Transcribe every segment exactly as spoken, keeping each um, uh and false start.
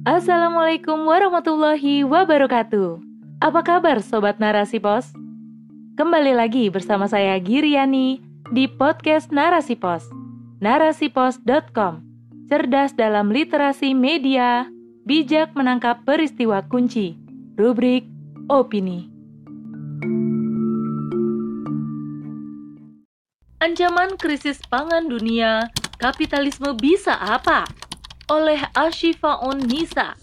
Assalamualaikum warahmatullahi wabarakatuh. Apa kabar Sobat Narasi Pos? Kembali lagi bersama saya Giriani di podcast Narasi Pos, narasipos dot com. Cerdas dalam literasi media, bijak menangkap peristiwa kunci. Rubrik Opini. Ancaman krisis pangan dunia, kapitalisme bisa apa? Oleh Ashifaun Nisa.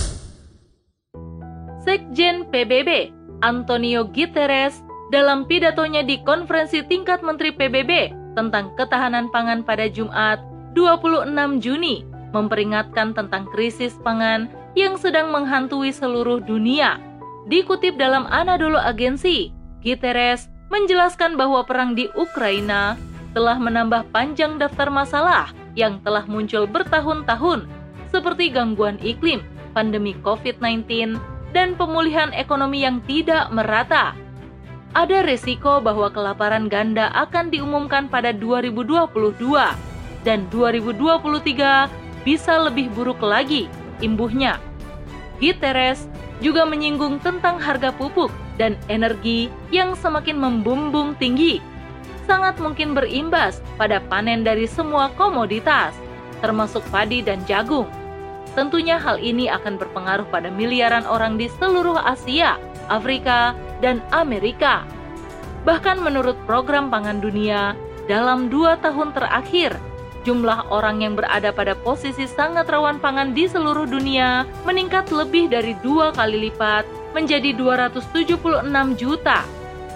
Sekjen P B B, Antonio Guterres, dalam pidatonya di konferensi tingkat Menteri P B B tentang ketahanan pangan pada Jumat, dua puluh enam Juni, memperingatkan tentang krisis pangan yang sedang menghantui seluruh dunia. Dikutip dalam Anadolu Agency, Guterres menjelaskan bahwa perang di Ukraina telah menambah panjang daftar masalah yang telah muncul bertahun-tahun, seperti gangguan iklim, pandemi covid sembilan belas, dan pemulihan ekonomi yang tidak merata. Ada resiko bahwa kelaparan ganda akan diumumkan pada dua ribu dua puluh dua, dan dua ribu dua puluh tiga bisa lebih buruk lagi imbuhnya. Guterres juga menyinggung tentang harga pupuk dan energi yang semakin membumbung tinggi, sangat mungkin berimbas pada panen dari semua komoditas, termasuk padi dan jagung. Tentunya hal ini akan berpengaruh pada miliaran orang di seluruh Asia, Afrika, dan Amerika. Bahkan menurut Program Pangan Dunia, dalam dua tahun terakhir, jumlah orang yang berada pada posisi sangat rawan pangan di seluruh dunia meningkat lebih dari dua kali lipat menjadi dua ratus tujuh puluh enam juta.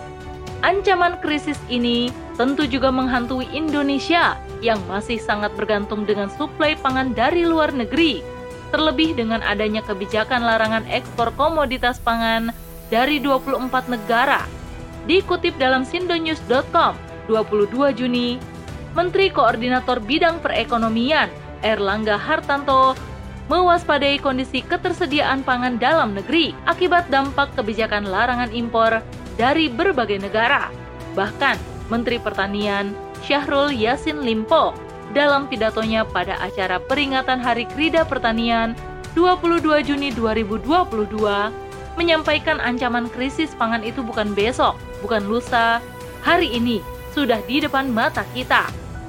Ancaman krisis ini tentu juga menghantui Indonesia yang masih sangat bergantung dengan suplai pangan dari luar negeri, terlebih dengan adanya kebijakan larangan ekspor komoditas pangan dari dua puluh empat negara. Dikutip dalam sindonews dot com, dua puluh dua Juni, Menteri Koordinator Bidang Perekonomian, Airlangga Hartarto, mewaspadai kondisi ketersediaan pangan dalam negeri akibat dampak kebijakan larangan impor dari berbagai negara. Bahkan, Menteri Pertanian Syahrul Yassin Limpo dalam pidatonya pada acara peringatan Hari Krida Pertanian dua puluh dua Juni dua ribu dua puluh dua menyampaikan ancaman krisis pangan itu bukan besok, bukan lusa, hari ini sudah di depan mata kita.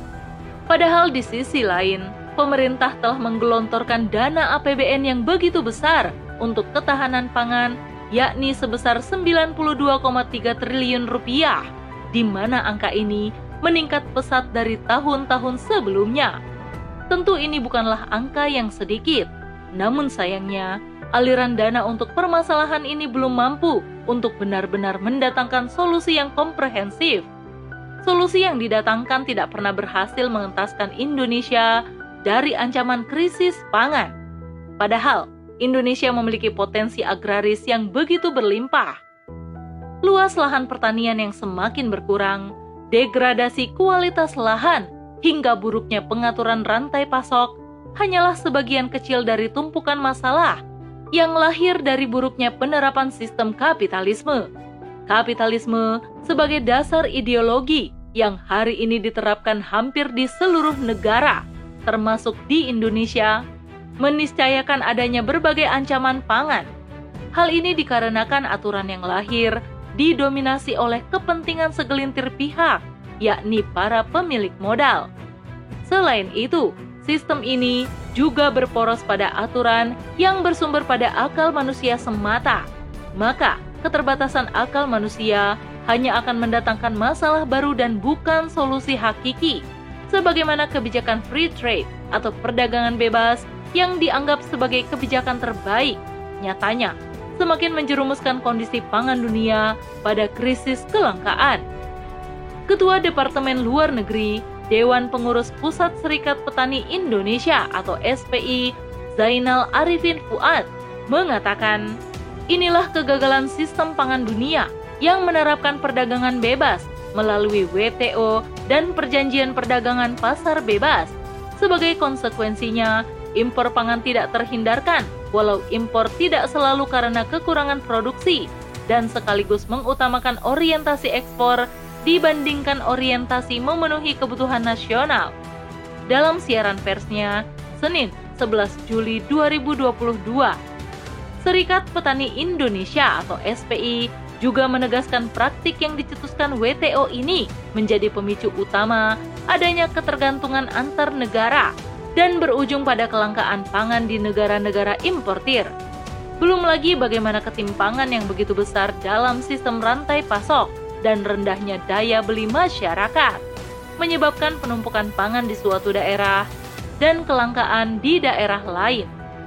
Padahal di sisi lain, pemerintah telah menggelontorkan dana A P B N yang begitu besar untuk ketahanan pangan, yakni sebesar sembilan puluh dua koma tiga triliun rupiah, di mana angka ini meningkat pesat dari tahun-tahun sebelumnya. Tentu ini bukanlah angka yang sedikit, namun sayangnya aliran dana untuk permasalahan ini belum mampu untuk benar-benar mendatangkan solusi yang komprehensif. Solusi yang didatangkan tidak pernah berhasil mengentaskan Indonesia dari ancaman krisis pangan. Padahal, Indonesia memiliki potensi agraris yang begitu berlimpah. Luas lahan pertanian yang semakin berkurang, degradasi kualitas lahan, hingga buruknya pengaturan rantai pasok hanyalah sebagian kecil dari tumpukan masalah yang lahir dari buruknya penerapan sistem kapitalisme. Kapitalisme sebagai dasar ideologi yang hari ini diterapkan hampir di seluruh negara, termasuk di Indonesia, meniscayakan adanya berbagai ancaman pangan. Hal ini dikarenakan aturan yang lahir didominasi oleh kepentingan segelintir pihak, yakni para pemilik modal. Selain itu, sistem ini juga berporos pada aturan yang bersumber pada akal manusia semata. Maka, keterbatasan akal manusia hanya akan mendatangkan masalah baru dan bukan solusi hakiki, sebagaimana kebijakan free trade atau perdagangan bebas yang dianggap sebagai kebijakan terbaik, nyatanya semakin menjerumuskan kondisi pangan dunia pada krisis kelangkaan. Ketua Departemen Luar Negeri, Dewan Pengurus Pusat Serikat Petani Indonesia atau S P I, Zainal Arifin Fuad, mengatakan, inilah kegagalan sistem pangan dunia yang menerapkan perdagangan bebas melalui W T O dan Perjanjian Perdagangan Pasar Bebas. Sebagai konsekuensinya, impor pangan tidak terhindarkan, walau impor tidak selalu karena kekurangan produksi, dan sekaligus mengutamakan orientasi ekspor dibandingkan orientasi memenuhi kebutuhan nasional. Dalam siaran persnya, Senin sebelas Juli dua ribu dua puluh dua. Serikat Petani Indonesia atau S P I juga menegaskan praktik yang dicetuskan W T O ini menjadi pemicu utama adanya ketergantungan antar negara dan berujung pada kelangkaan pangan di negara-negara importir. Belum lagi bagaimana ketimpangan yang begitu besar dalam sistem rantai pasok dan rendahnya daya beli masyarakat, menyebabkan penumpukan pangan di suatu daerah dan kelangkaan di daerah lain.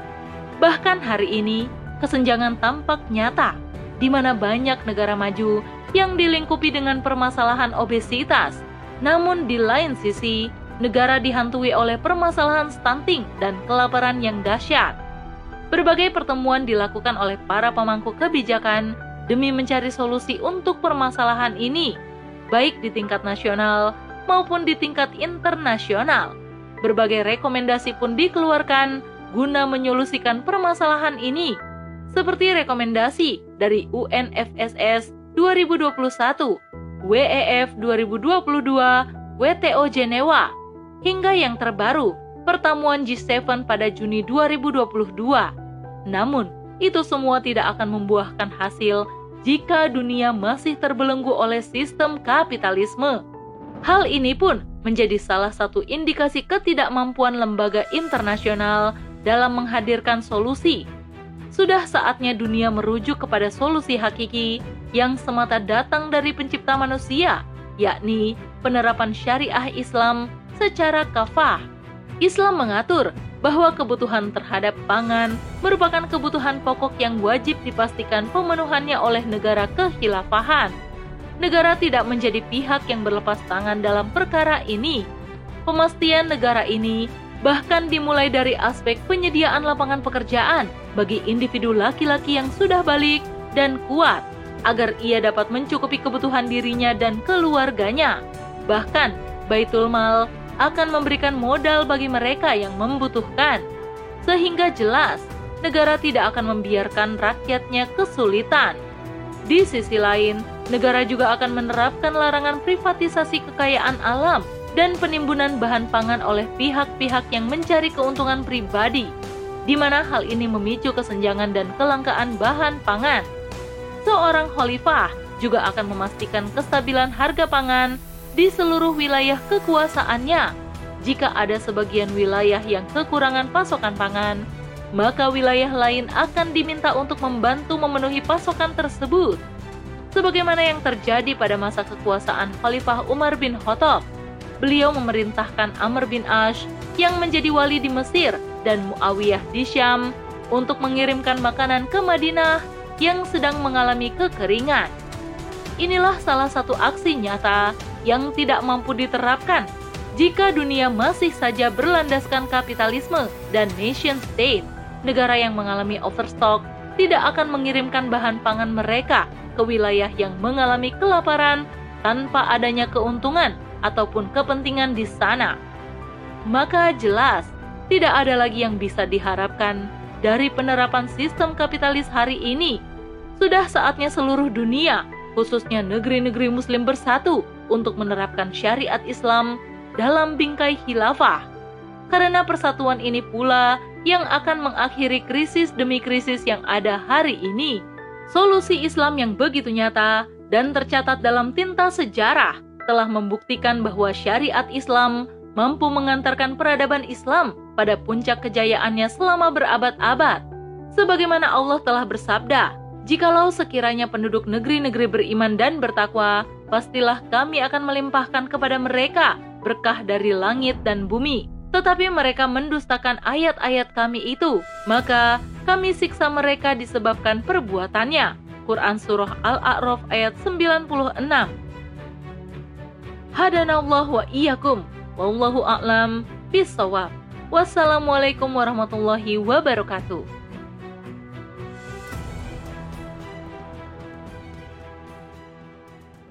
Bahkan hari ini, kesenjangan tampak nyata, di mana banyak negara maju yang dilingkupi dengan permasalahan obesitas, namun di lain sisi, negara dihantui oleh permasalahan stunting dan kelaparan yang dahsyat. Berbagai pertemuan dilakukan oleh para pemangku kebijakan demi mencari solusi untuk permasalahan ini, baik di tingkat nasional maupun di tingkat internasional. Berbagai rekomendasi pun dikeluarkan guna menyolusikan permasalahan ini, seperti rekomendasi dari U N F S S dua ribu dua puluh satu, W E F dua ribu dua puluh dua, W T O Jenewa, hingga yang terbaru, pertemuan G tujuh pada Juni dua ribu dua puluh dua. Namun, itu semua tidak akan membuahkan hasil jika dunia masih terbelenggu oleh sistem kapitalisme. Hal ini pun menjadi salah satu indikasi ketidakmampuan lembaga internasional dalam menghadirkan solusi. Sudah saatnya dunia merujuk kepada solusi hakiki yang semata datang dari pencipta manusia, yakni penerapan syariah Islam secara kafah. Islam mengatur bahwa kebutuhan terhadap pangan merupakan kebutuhan pokok yang wajib dipastikan pemenuhannya oleh negara kekhilafahan. Negara tidak menjadi pihak yang berlepas tangan dalam perkara ini. Pemastian negara ini bahkan dimulai dari aspek penyediaan lapangan pekerjaan bagi individu laki-laki yang sudah balik dan kuat, agar ia dapat mencukupi kebutuhan dirinya dan keluarganya. Bahkan, Baitul Mal akan memberikan modal bagi mereka yang membutuhkan. Sehingga jelas, negara tidak akan membiarkan rakyatnya kesulitan. Di sisi lain, negara juga akan menerapkan larangan privatisasi kekayaan alam dan penimbunan bahan pangan oleh pihak-pihak yang mencari keuntungan pribadi, di mana hal ini memicu kesenjangan dan kelangkaan bahan pangan. Seorang khalifah juga akan memastikan kestabilan harga pangan di seluruh wilayah kekuasaannya. Jika ada sebagian wilayah yang kekurangan pasokan pangan, maka wilayah lain akan diminta untuk membantu memenuhi pasokan tersebut. Sebagaimana yang terjadi pada masa kekuasaan Khalifah Umar bin Khattab, beliau memerintahkan Amr bin Ash yang menjadi wali di Mesir dan Muawiyah di Syam untuk mengirimkan makanan ke Madinah yang sedang mengalami kekeringan. Inilah salah satu aksi nyata yang tidak mampu diterapkan jika dunia masih saja berlandaskan kapitalisme dan nation state. Negara yang mengalami overstock tidak akan mengirimkan bahan pangan mereka ke wilayah yang mengalami kelaparan tanpa adanya keuntungan ataupun kepentingan di sana. Maka jelas, tidak ada lagi yang bisa diharapkan dari penerapan sistem kapitalis hari ini. Sudah saatnya seluruh dunia, khususnya negeri-negeri muslim bersatu untuk menerapkan syariat Islam dalam bingkai khilafah. Karena persatuan ini pula yang akan mengakhiri krisis demi krisis yang ada hari ini. Solusi Islam yang begitu nyata dan tercatat dalam tinta sejarah telah membuktikan bahwa syariat Islam mampu mengantarkan peradaban Islam pada puncak kejayaannya selama berabad-abad. Sebagaimana Allah telah bersabda, "Jikalau sekiranya penduduk negeri-negeri beriman dan bertakwa, pastilah kami akan melimpahkan kepada mereka berkah dari langit dan bumi. Tetapi mereka mendustakan ayat-ayat kami itu, maka kami siksa mereka disebabkan perbuatannya." Quran Surah Al-A'raf ayat sembilan puluh enam. Hadanallah wa iyyakum, wallahu a'lam bishawab. Wassalamualaikum warahmatullahi wabarakatuh.